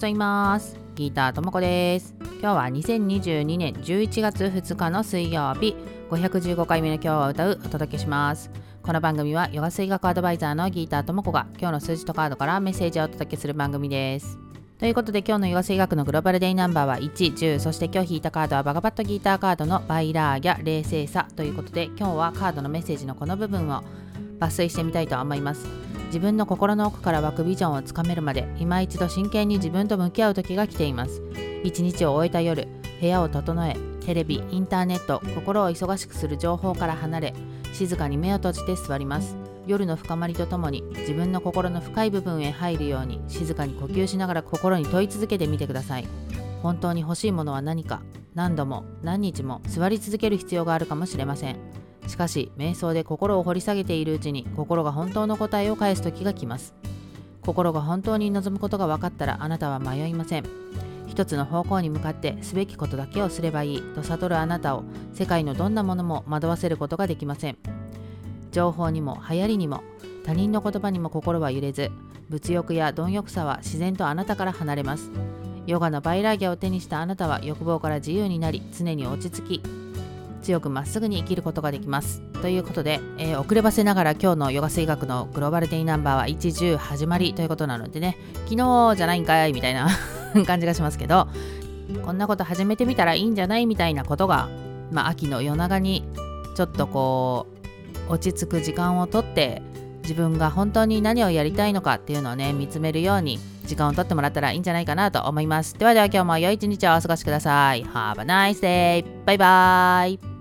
ざいます。ギーターともこです。今日は2022年11月2日の水曜日、515回目の今日を歌うお届けします。この番組はヨガ水学アドバイザーのギーターともこが今日の数字とカードからメッセージをお届けする番組です。ということで今日のヨガ水学のグローバルデイナンバーは1、10、そして今日引いたカードはバガバットギーターカードのバイラーギャ冷静さということで、今日はカードのメッセージのこの部分を抜粋してみたいと思います。自分の心の奥から湧くビジョンをつかめるまで今一度真剣に自分と向き合う時が来ています。一日を終えた夜、部屋を整え、テレビ、インターネット、心を忙しくする情報から離れ、静かに目を閉じて座ります。夜の深まりとともに自分の心の深い部分へ入るように静かに呼吸しながら心に問い続けてみてください。本当に欲しいものは何か、何度も何日も座り続ける必要があるかもしれません。しかし瞑想で心を掘り下げているうちに心が本当の答えを返す時が来ます。心が本当に望むことが分かったらあなたは迷いません。一つの方向に向かってすべきことだけをすればいいと悟るあなたを世界のどんなものも惑わせることができません。情報にも流行りにも他人の言葉にも心は揺れず、物欲や貪欲さは自然とあなたから離れます。ヨガのバイラーギャを手にしたあなたは欲望から自由になり、常に落ち着き強くまっすぐに生きることができます。ということで、遅ればせながら今日のヨガ水学のグローバルデイナンバーは1、10始まりということなのでね、昨日じゃないんかいみたいな感じがしますけど、こんなこと始めてみたらいいんじゃないみたいなことが、秋の夜長にちょっと落ち着く時間をとって自分が本当に何をやりたいのかっていうのをね見つめるように時間をとってもらったらいいんじゃないかなと思います。では今日も良い一日をお過ごしください。Have a nice day! バイバイ。